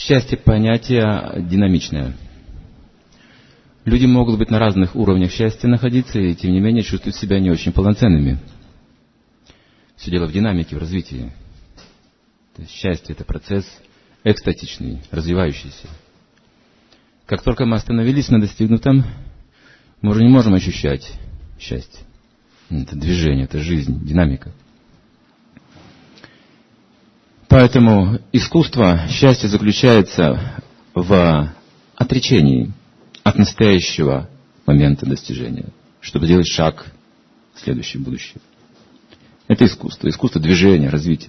Счастье — понятие динамичное. Люди могут быть на разных уровнях счастья находиться, и тем не менее чувствуют себя не очень полноценными. Все дело в динамике, в развитии. То есть счастье — это процесс экстатичный, развивающийся. Как только мы остановились на достигнутом, мы уже не можем ощущать счастье. Это движение, это жизнь, динамика. Поэтому искусство счастья заключается в отречении от настоящего момента достижения, чтобы делать шаг в следующее будущее. Это искусство. Искусство движения, развития.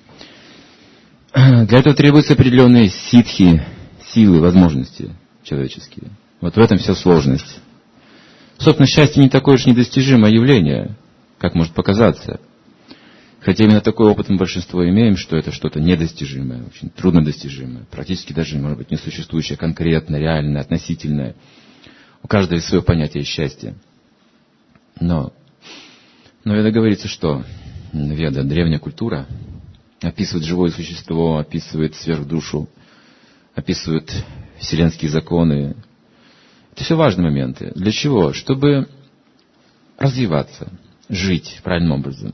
Для этого требуются определенные ситхи, силы, возможности человеческие. Вот в этом вся сложность. Собственно, счастье не такое уж недостижимое явление, как может показаться. Хотя именно такой опыт мы большинство имеем, что это что-то недостижимое, очень труднодостижимое, практически даже, может быть, несуществующее, конкретно, реальное, относительное. У каждого есть свое понятие счастья. Но Веда говорится, что Веда, древняя культура, описывает живое существо, описывает сверхдушу, описывает вселенские законы. Это все важные моменты. Для чего? Чтобы развиваться, жить правильным образом.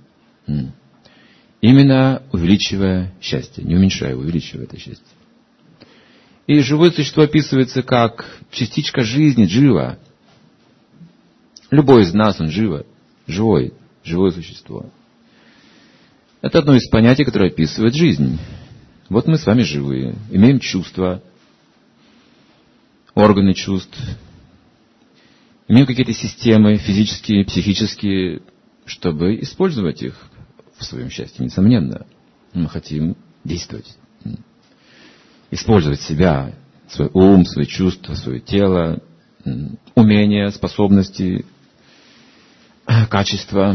Именно увеличивая счастье, не уменьшая, увеличивая это счастье. И живое существо описывается как частичка жизни, джива. Любой из нас, он живо, живое существо. Это одно из понятий, которое описывает жизнь. Вот мы с вами живые, имеем чувства, органы чувств, имеем какие-то системы физические, психические, чтобы использовать их в своем счастье, несомненно. Мы хотим действовать, использовать себя, свой ум, свои чувства, свое тело, умения, способности, качества.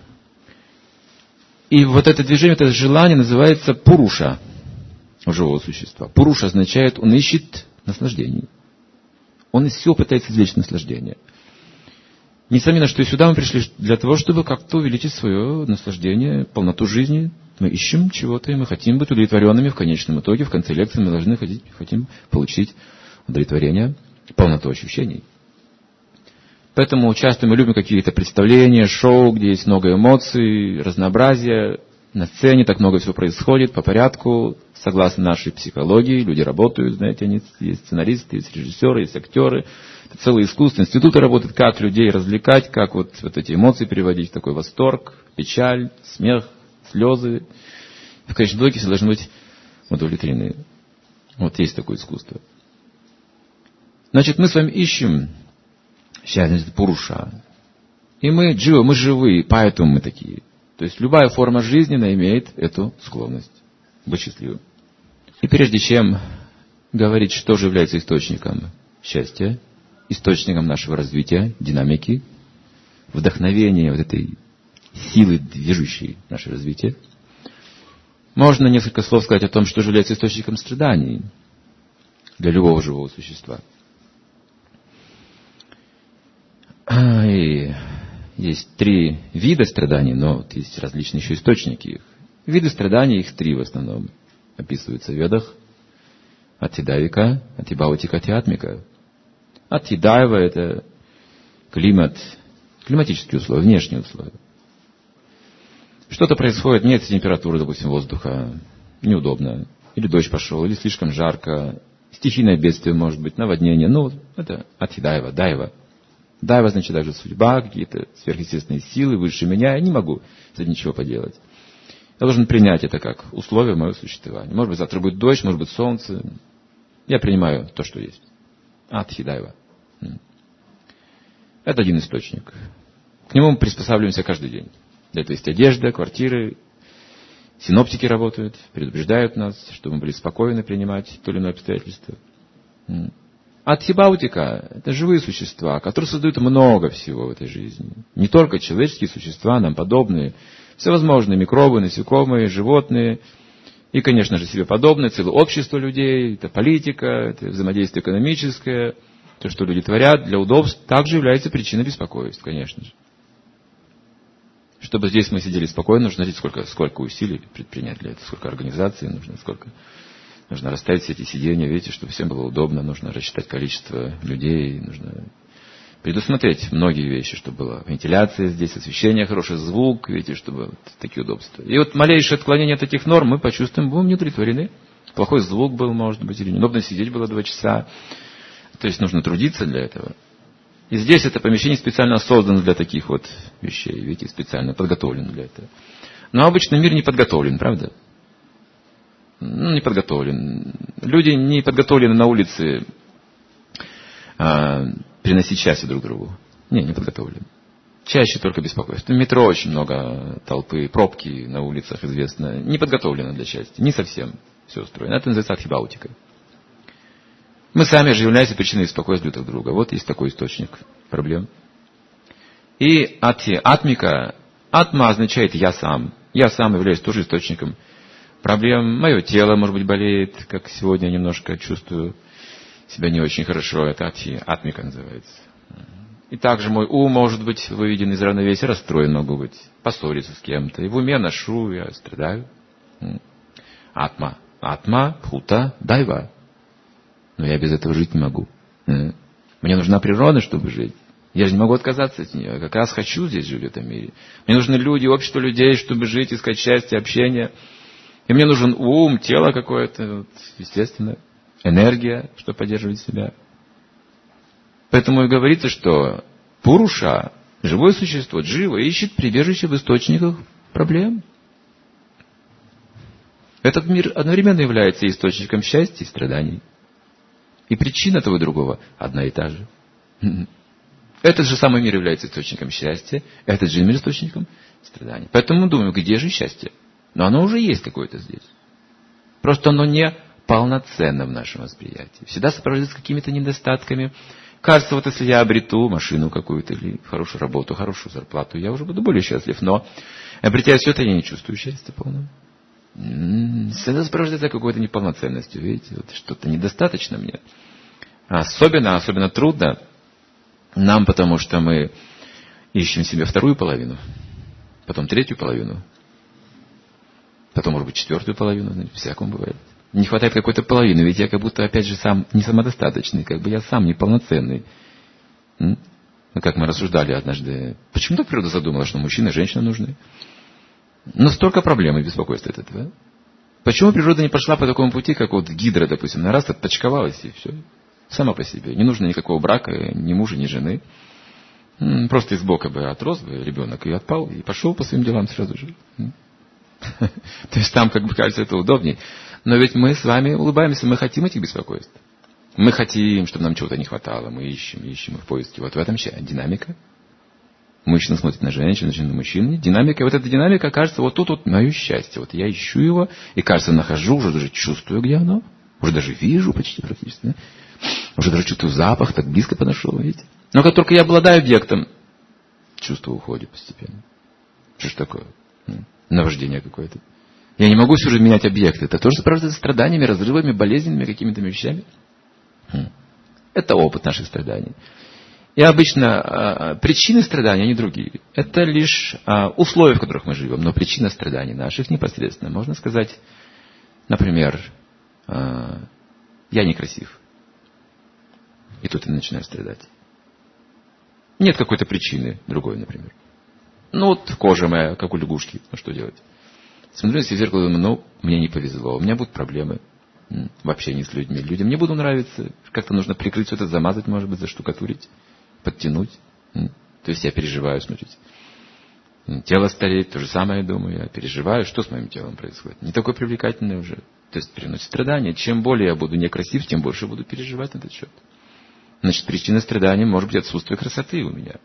И вот это движение, это желание называется пуруша у живого существа. Пуруша означает, он ищет наслаждение. Он из всего пытается извлечь наслаждение. Несомненно, что и сюда мы пришли для того, чтобы как-то увеличить свое наслаждение, полноту жизни. Мы ищем чего-то, и мы хотим быть удовлетворенными в конечном итоге. В конце лекции мы должны хотим получить удовлетворение, полноту ощущений. Поэтому часто мы любим какие-то представления, шоу, где есть много эмоций, разнообразия. На сцене так много всего происходит по порядку, согласно нашей психологии. Люди работают, знаете, есть сценаристы, есть режиссеры, есть актеры. Это целое искусство. Институты работают, как людей развлекать, как вот эти эмоции переводить в такой восторг, печаль, смех, слезы. В конечном итоге все должны быть удовлетворены. Вот есть такое искусство. Значит, мы с вами ищем счастье, пуруша. И мы джива, мы живые, поэтому мы такие. То есть любая форма жизни, она имеет эту склонность быть счастливым. И прежде чем говорить, что же является источником счастья, источником нашего развития, динамики, вдохновения вот этой силы, движущей наше развитие, можно несколько слов сказать о том, что же является источником страданий для любого живого существа. И есть 3 вида страданий, но вот есть различные еще источники их. Виды страданий, их 3 в основном, описываются в Ведах. Атидайвика, Атибаутика, Атиатмика. Атидайва — это климат, климатические условия, внешние условия. Что-то происходит, нет температуры, допустим, воздуха, неудобно. Или дождь пошел, или слишком жарко. Стихийное бедствие может быть, наводнение. Ну, это Атидайва, Дайва. Дайва значит даже судьба, какие-то сверхъестественные силы, выше меня. Я не могу с этим ничего поделать. Я должен принять это как условие моего существования. Может быть, завтра будет дождь, может быть, солнце. Я принимаю то, что есть. Атхидайва. Это один источник. К нему мы приспосабливаемся каждый день. Для этого есть одежда, квартиры. Синоптики работают, предупреждают нас, чтобы мы были спокойны принимать то или иное обстоятельство. Атхибаутика — это живые существа, которые создают много всего в этой жизни. Не только человеческие существа, нам подобные, всевозможные микробы, насекомые, животные и, конечно же, себе подобные, целое общество людей, это политика, это взаимодействие экономическое, то, что люди творят для удобств, также является причиной беспокойств, конечно же. Чтобы здесь мы сидели спокойно, нужно знать, сколько усилий предпринять для этого, сколько организаций нужно, сколько Нужно расставить все эти сиденья, видите, чтобы всем было удобно. Нужно рассчитать количество людей. Нужно предусмотреть многие вещи, чтобы была вентиляция здесь, освещение, хороший звук, видите, чтобы вот такие удобства. И вот малейшее отклонение от этих норм мы почувствуем, будем неудовлетворены. Плохой звук был, может быть, или неудобно сидеть было 2 часа. То есть нужно трудиться для этого. И здесь это помещение специально создано для таких вот вещей, видите, специально подготовлено для этого. Но обычно мир не подготовлен, правда? Не подготовлен. Люди не подготовлены на улице приносить счастье друг другу. Не подготовлены. Чаще только беспокойство. В метро очень много толпы, пробки на улицах, известно. Не подготовлено для счастья. Не совсем все устроено. Это называется адхибаутика. Мы сами же являемся причиной беспокойства друг друга. Вот есть такой источник проблем. И атмика, атма означает я сам. Я сам являюсь тоже источником проблем. Мое тело, может быть, болеет, как сегодня немножко чувствую себя не очень хорошо. Это атмика называется. И также мой ум может быть выведен из равновесия, расстроен могу быть, поссориться с кем-то. И в уме ношу, я страдаю. Атма. Атма, бхута, дайва. Но я без этого жить не могу. Мне нужна природа, чтобы жить. Я же не могу отказаться от нее. Я как раз хочу здесь жить в этом мире. Мне нужны люди, общество людей, чтобы жить, искать счастье, общение. И мне нужен ум, тело какое-то, естественно, энергия, чтобы поддерживать себя. Поэтому и говорится, что Пуруша, живое существо, джива, ищет прибежище в источниках проблем. Этот мир одновременно является источником счастья и страданий. И причина того и другого одна и та же. Этот же самый мир является источником счастья, этот же мир источником страданий. Поэтому мы думаем, где же счастье? Но оно уже есть какое-то здесь. Просто оно не полноценно в нашем восприятии. Всегда сопровождается какими-то недостатками. Кажется, вот если я обрету машину какую-то, или хорошую работу, хорошую зарплату, я уже буду более счастлив. Но, обретя все это, я не чувствую счастья полного. Всегда сопровождается какой-то неполноценностью. Видите, вот что-то недостаточно мне. Особенно трудно нам, потому что мы ищем себе вторую половину, потом третью половину, потом, может быть, четвертую половину, всякому бывает. Не хватает какой-то половины, ведь я как будто, опять же, сам не самодостаточный, как бы я сам неполноценный. Как мы рассуждали однажды, почему так природа задумала, что мужчина и женщина нужны? Но столько проблем и беспокойств от этого. Почему природа не пошла по такому пути, как вот гидра, допустим, на раз отпочковалась и все. Сама по себе. Не нужно никакого брака, ни мужа, ни жены. Просто из бока бы отрос бы ребенок и отпал, и пошел по своим делам сразу же. То есть там, как бы кажется, это удобнее. Но ведь мы с вами улыбаемся, мы хотим этих беспокойств. Мы хотим, чтобы нам чего-то не хватало. Мы ищем их в поиске. Вот в этом вся динамика. Мужчина смотрит на женщину, женщина на мужчину. Динамика, вот эта динамика, кажется, вот тут вот мое счастье. Вот я ищу его, и, кажется, нахожу, уже даже чувствую, где оно. Уже даже вижу почти практически. Да? Уже даже чувствую запах, так близко подошел, видите. Но как только я обладаю объектом, чувство уходит постепенно. Что ж такое? Наваждение какое-то. Я не могу все же менять объекты. Это тоже сопровождается страданиями, разрывами, болезненными какими-то вещами. Это опыт наших страданий. И обычно причины страданий, они другие. Это лишь условия, в которых мы живем. Но причина страданий наших непосредственно. Можно сказать, например, я некрасив. И тут я начинаю страдать. Нет какой-то причины другой, например. Вот кожа моя, как у лягушки. Ну что делать? Смотрю на себя в зеркало и думаю, мне не повезло. У меня будут проблемы в общении с людьми. Людям не буду нравиться. Как-то нужно прикрыть все это, замазать, может быть, заштукатурить, подтянуть. То есть я переживаю, смотрите. Тело стареет, то же самое, я думаю. Я переживаю, что с моим телом происходит. Не такой привлекательный уже. То есть приносит страдания. Чем более я буду некрасив, тем больше буду переживать на этот счет. Значит, причина страданий может быть отсутствие красоты у меня.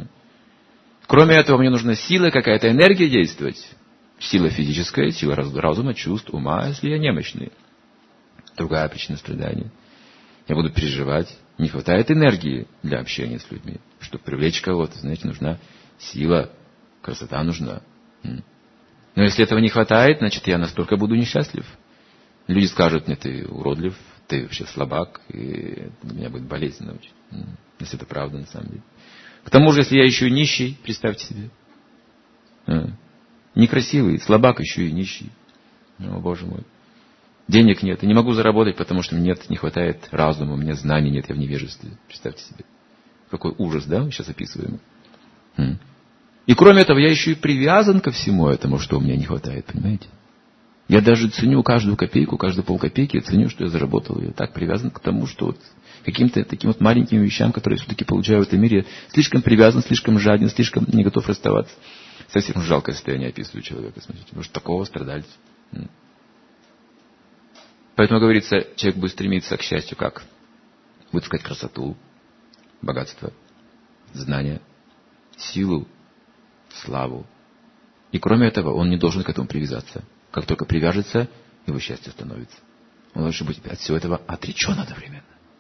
Кроме этого, мне нужна сила, какая-то энергия действовать. Сила физическая, сила разума, чувств, ума, если я немощный. Другая причина страдания. Я буду переживать. Не хватает энергии для общения с людьми. Чтобы привлечь кого-то, знаете, нужна сила, красота нужна. Но если этого не хватает, значит, я настолько буду несчастлив. Люди скажут мне, ты уродлив, ты вообще слабак, и для меня будет болезненно очень. Если это правда, на самом деле. К тому же, если я еще и нищий, представьте себе. Некрасивый, слабак еще и нищий. О, Боже мой. Денег нет, и не могу заработать, потому что мне не хватает разума, у меня знаний нет, я в невежестве. Представьте себе. Какой ужас, да, мы сейчас описываем. И кроме этого, я еще и привязан ко всему этому, что у меня не хватает, понимаете? Я даже ценю каждую копейку, каждую полкопейки, я ценю, что я заработал. Я так привязан к тому, что вот каким-то таким вот маленьким вещам, которые все-таки получаю в этом мире, слишком привязан, слишком жаден, слишком не готов расставаться. Совсем жалкое состояние описывает человека, смотрите. Может, такого страдальца. Поэтому, говорится, человек будет стремиться к счастью как? Будет искать красоту, богатство, знания, силу, славу. И кроме этого, он не должен к этому привязаться. Как только привяжется, его счастье становится. Он должен быть от всего этого отречен одновременно.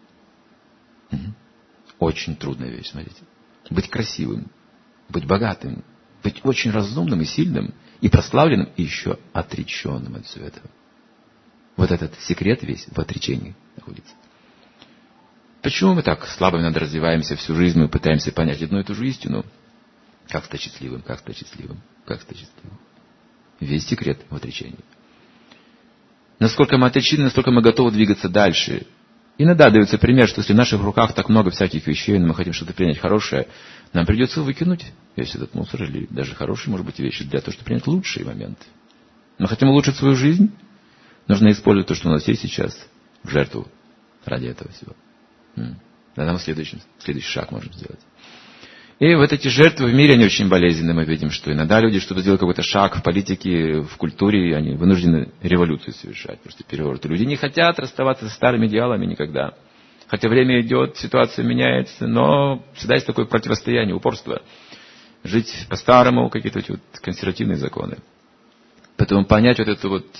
Очень трудная вещь, смотрите. Быть красивым, быть богатым, быть очень разумным и сильным, и прославленным, и еще отреченным от всего этого. Вот этот секрет весь в отречении находится. Почему мы так слабо надо развиваемся всю жизнь, мы пытаемся понять одну и ту же истину? Как стать счастливым, как стать счастливым, как стать счастливым? Весь секрет в отречении. Насколько мы отречены, настолько мы готовы двигаться дальше. Иногда дается пример, что если в наших руках так много всяких вещей, но мы хотим что-то принять хорошее, нам придется выкинуть весь этот мусор, или даже хорошие, может быть, вещи, для того, чтобы принять лучшие моменты. Мы хотим улучшить свою жизнь, нужно использовать то, что у нас есть сейчас, в жертву ради этого всего. Тогда мы следующий шаг можем сделать. И вот эти жертвы в мире, они очень болезненны. Мы видим, что иногда люди, чтобы сделать какой-то шаг в политике, в культуре, они вынуждены революцию совершать, просто переворот. Люди не хотят расставаться со старыми идеалами никогда. Хотя время идет, ситуация меняется, но всегда есть такое противостояние, упорство. Жить по-старому, какие-то вот консервативные законы. Поэтому понять вот это вот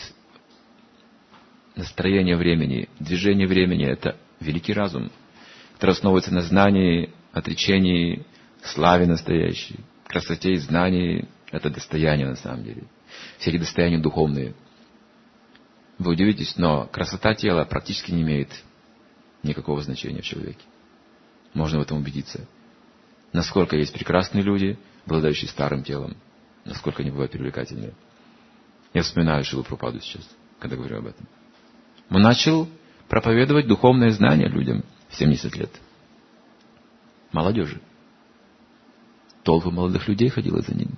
настроение времени, движение времени, это великий разум, который основывается на знании, отречении, славе настоящей, красоте и знании. Это достояние на самом деле. Все эти достояния духовные. Вы удивитесь, но красота тела практически не имеет никакого значения в человеке. Можно в этом убедиться. Насколько есть прекрасные люди, обладающие старым телом, насколько они бывают привлекательные. Я вспоминаю Шрилу Прабхупаду сейчас, когда говорю об этом. Он начал проповедовать духовное знание людям в 70 лет. Молодежи. Толпа молодых людей ходила за ним.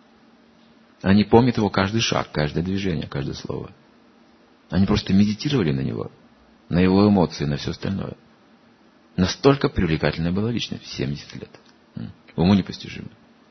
Они помнят его каждый шаг, каждое движение, каждое слово. Они просто медитировали на него, на его эмоции, на все остальное. Настолько привлекательная была личность в 70 лет. Уму непостижимо.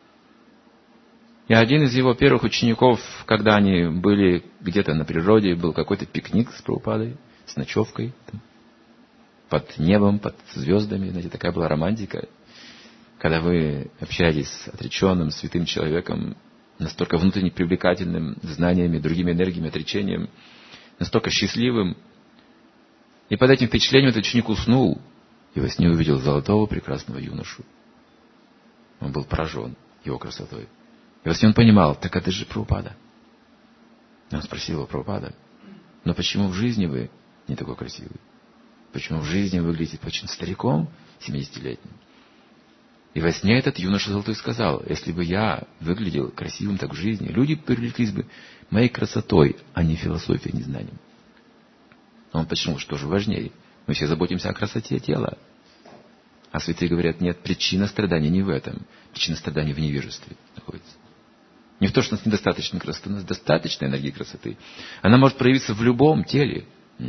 И один из его первых учеников, когда они были где-то на природе, был какой-то пикник с Прабхупадой, с ночевкой, под небом, под звездами. Знаете, такая была романтика. Когда вы общаетесь с отреченным, святым человеком, настолько внутренне привлекательным знаниями, другими энергиями, отречением, настолько счастливым. И под этим впечатлением этот ученик уснул, и во сне увидел золотого прекрасного юношу. Он был поражен его красотой. И во сне он понимал, так это же Прабхупада. И он спросил его: Прабхупада, но почему в жизни вы не такой красивый? Почему в жизни вы выглядите очень стариком, 70-летним? И во сне этот юноша золотой сказал: если бы я выглядел красивым так в жизни, люди привлеклись бы моей красотой, а не философией, не знанием. Он подчеркнул, что же важнее. Мы все заботимся о красоте тела. А святые говорят: нет, причина страдания не в этом. Причина страдания в невежестве находится. Не в том, что у нас недостаточно красоты, у нас достаточно энергии красоты. Она может проявиться в любом теле.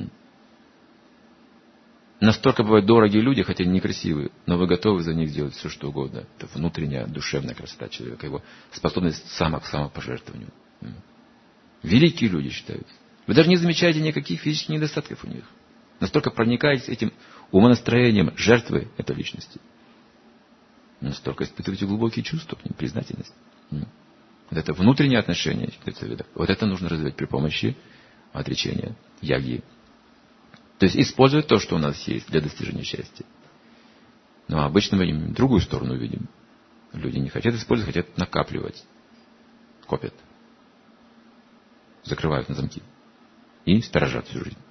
Настолько бывают дорогие люди, хотя они некрасивые, но вы готовы за них сделать все, что угодно. Это внутренняя, душевная красота человека, его способность к самопожертвованию. Великие люди считаются. Вы даже не замечаете никаких физических недостатков у них. Настолько проникаетесь этим умонастроением жертвы этой личности. Настолько испытываете глубокие чувства к ним, признательность. Вот это внутреннее отношение считается ведом. Вот это нужно развивать при помощи отречения, яги. То есть использовать то, что у нас есть для достижения счастья. Но обычно мы видим другую сторону видим. Люди не хотят использовать, хотят накапливать. Копят. Закрывают на замки. И сторожат всю жизнь.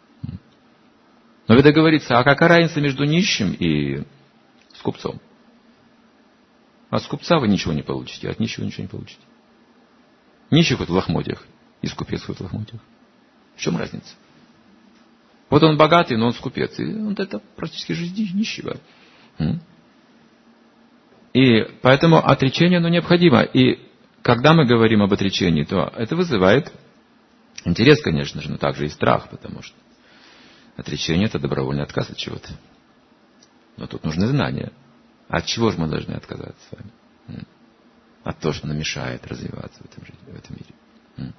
Но ведь говорится, а какая разница между нищим и скупцом? От скупца вы ничего не получите, от нищего ничего не получите. Нищий хоть в лохмотьях, и скупец хоть в лохмотьях. В чем разница? Вот он богатый, но он скупец. И он это практически жизнь нищего. И поэтому отречение, оно необходимо. И когда мы говорим об отречении, то это вызывает интерес, конечно же, но также и страх, потому что отречение – это добровольный отказ от чего-то. Но тут нужны знания. От чего же мы должны отказаться с вами? От того, что нам мешает развиваться в этом мире.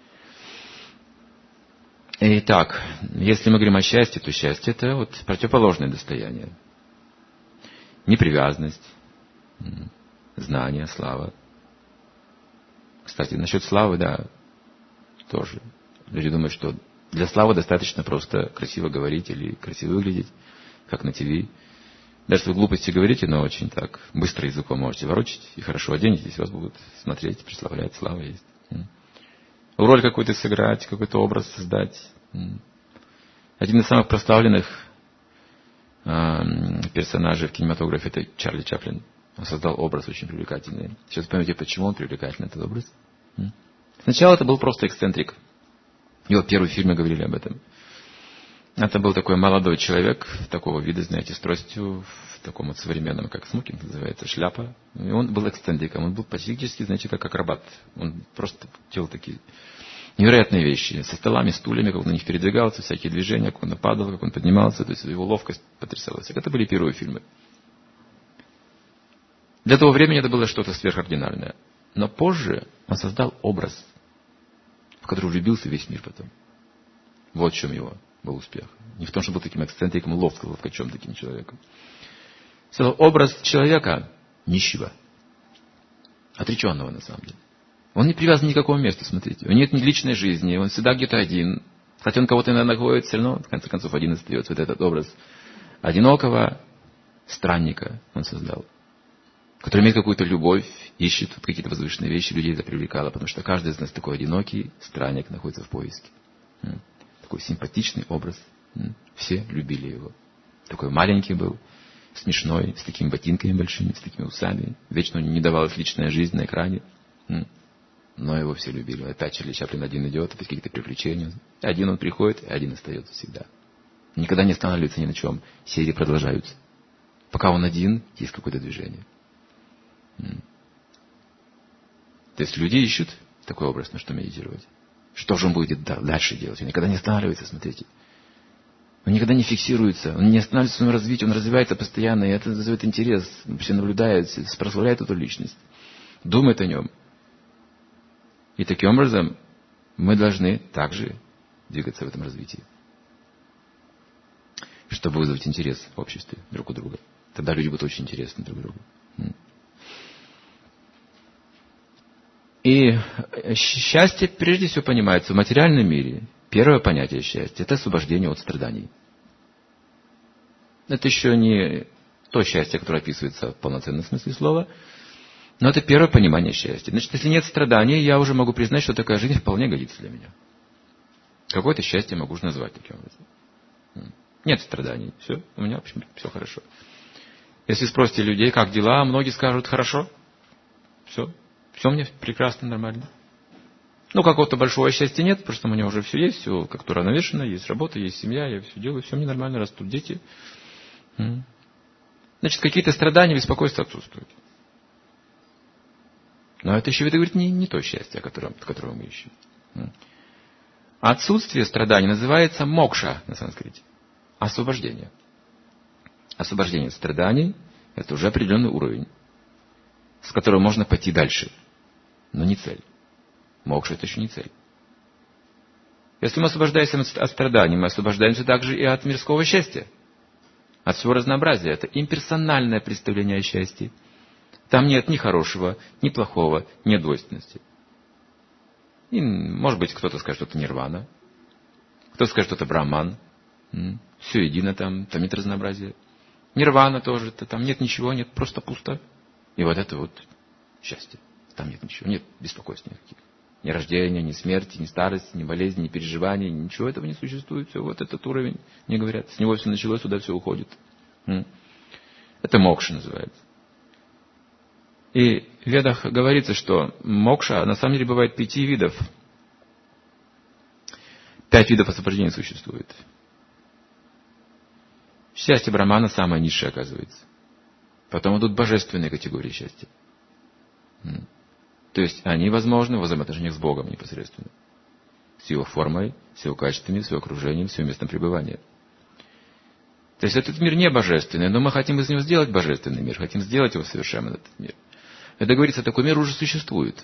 Итак, если мы говорим о счастье, то счастье – это вот противоположное достояние. Непривязанность, знание, слава. Кстати, насчет славы, да, тоже. Люди думают, что для славы достаточно просто красиво говорить или красиво выглядеть, как на ТВ. Даже если вы глупости говорите, но очень так быстро языком можете ворочать и хорошо оденетесь, вас будут смотреть, прославлять, слава есть. Роль какую-то сыграть, какой-то образ создать. Один из самых прославленных персонажей в кинематографе — это Чарли Чаплин. Он создал образ очень привлекательный. Сейчас поймете, почему он привлекательный, этот образ. Сначала это был просто эксцентрик. Его первые фильмы говорили об этом. Это был такой молодой человек, такого вида, знаете, с тростью, в таком вот современном, как смокинг называется, шляпа. И он был эксцентриком, он был практически, знаете, как акробат. Он просто делал такие невероятные вещи. Со столами, стульями, как он на них передвигался, всякие движения, как он падал, как он поднимался. То есть его ловкость потрясала всех. Это были первые фильмы. Для того времени это было что-то сверхординарное. Но позже он создал образ, в который влюбился весь мир потом. Вот в чем его был успех. Не в том, что был таким эксцентриком, ловкачом таким человеком. Создал образ человека нищего, отреченного на самом деле. Он не привязан ни к какому месту, смотрите. У него нет ни личной жизни, он всегда где-то один. Кстати, он кого-то иногда находит, все равно, в конце концов, один остается. Вот этот образ одинокого странника он создал, который имеет какую-то любовь, ищет какие-то возвышенные вещи, людей это привлекало, потому что каждый из нас такой одинокий странник находится в поиске. Такой симпатичный образ. Все любили его. Такой маленький был, смешной, с такими ботинками большими, с такими усами. Вечно не давалась личная жизнь на экране. Но его все любили. Опять Чарли Чаплин один идет, опять какие-то приключения. Один он приходит, и один остается всегда. Никогда не останавливается ни на чем. Серии продолжаются. Пока он один, есть какое-то движение. То есть люди ищут такой образ, на что медитировать. Что же он будет дальше делать? Он никогда не останавливается, смотрите. Он никогда не фиксируется, он не останавливается в своем развитии, он развивается постоянно, и это вызывает интерес, вообще наблюдает, прославляет эту личность, думает о нем. И таким образом мы должны также двигаться в этом развитии, чтобы вызвать интерес в обществе друг у друга. Тогда люди будут очень интересны друг другу. И счастье прежде всего понимается в материальном мире. Первое понятие счастья – это освобождение от страданий. Это еще не то счастье, которое описывается в полноценном смысле слова, но это первое понимание счастья. Значит, если нет страданий, я уже могу признать, что такая жизнь вполне годится для меня. Какое-то счастье могу уже назвать таким образом. Нет страданий. Все, у меня, в общем, все хорошо. Если спросите людей, как дела, многие скажут «хорошо». Все. Все мне прекрасно, нормально. Ну, какого-то большого счастья нет, потому что у меня уже все есть, все как-то уравновешено, есть работа, есть семья, я все делаю, все мне нормально, растут дети. Значит, какие-то страдания, беспокойство отсутствуют. Но это еще, говорит, не то счастье, которого мы ищем. Отсутствие страданий называется мокша на санскрите. Освобождение. Освобождение от страданий – это уже определенный уровень, с которого можно пойти дальше. Но не цель. Мокша – это еще не цель. Если мы освобождаемся от страданий, мы освобождаемся также и от мирского счастья. От всего разнообразия. Это имперсональное представление о счастье. Там нет ни хорошего, ни плохого, нет двойственности. И, может быть, кто-то скажет, что это нирвана. Кто-то скажет, что это браман. Все едино там нет разнообразия. Нирвана тоже, там нет ничего, нет, просто пусто. И вот это вот счастье. Там нет ничего, нет беспокойств никаких. Ни рождения, ни смерти, ни старости, ни болезни, ни переживаний, ничего этого не существует. Все, вот этот уровень, мне говорят, с него все началось, туда все уходит. Это мокша называется. И в Ведах говорится, что мокша на самом деле бывает 5 видов. 5 видов освобождения существует. Счастье Брахмана самое низшее, оказывается. Потом идут божественные категории счастья. То есть они возможны в взаимоотношениях с Богом непосредственно. С Его формой, с Его качествами, с Его окружением, с Его местом пребывания. То есть этот мир не божественный, но мы хотим из него сделать божественный мир, хотим сделать его совершенным, этот мир. Это говорится, такой мир уже существует.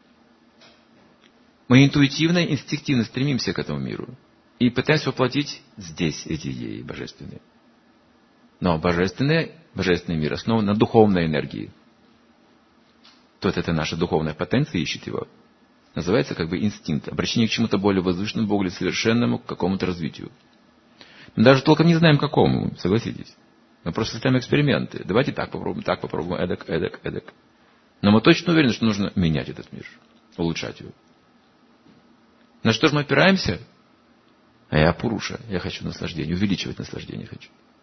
Мы интуитивно, инстинктивно стремимся к этому миру и пытаемся воплотить здесь эти идеи божественные. Но божественный мир основан на духовной энергии. Тот это наша духовная потенция ищет его. Называется как бы инстинкт, обращение к чему-то более возвышенному, более совершенному, к какому-то развитию. Мы даже толком не знаем, какому, согласитесь. Мы просто ставим эксперименты. Давайте так попробуем, эдак. Но мы точно уверены, что нужно менять этот мир, улучшать его. На что же мы опираемся? А я Пуруша, я хочу наслаждения, увеличивать наслаждение хочу.